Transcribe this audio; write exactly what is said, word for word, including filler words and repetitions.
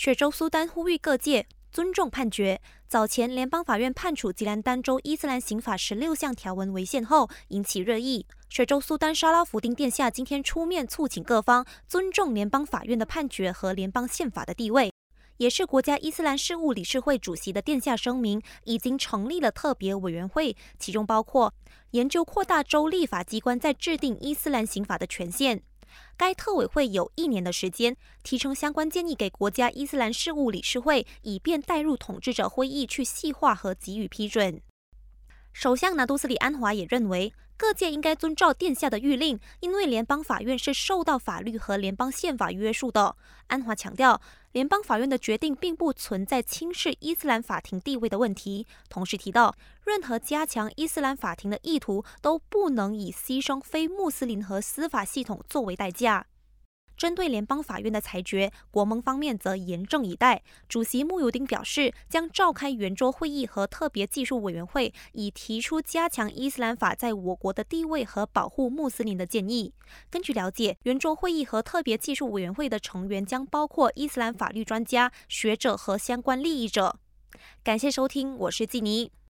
雪州苏丹呼吁各界尊重判决。早前联邦法院判处吉兰丹州伊斯兰刑法十六项条文违宪后，引起热议。雪州苏丹沙拉福丁殿下今天出面促请各方尊重联邦法院的判决和联邦宪法的地位。也是国家伊斯兰事务理事会主席的殿下声明，已经成立了特别委员会，其中包括研究扩大州立法机关在制定伊斯兰刑法的权限。该特委会有一年的时间，提呈相关建议给国家伊斯兰事务理事会，以便带入统治者会议去细化和给予批准。首相拿督斯里安华也认为，各界应该遵照殿下的谕令，因为联邦法院是受到法律和联邦宪法约束的。安华强调，联邦法院的决定并不存在轻视伊斯兰法庭地位的问题，同时提到，任何加强伊斯兰法庭的意图都不能以牺牲非穆斯林和司法系统作为代价。针对联邦法院的裁决，国盟方面则严阵以待。主席慕尤丁表示，将召开圆桌会议和特别技术委员会，以提出加强伊斯兰法在我国的地位和保护穆斯林的建议。根据了解，圆桌会议和特别技术委员会的成员将包括伊斯兰法律专家、学者和相关利益者。感谢收听，我是季妮。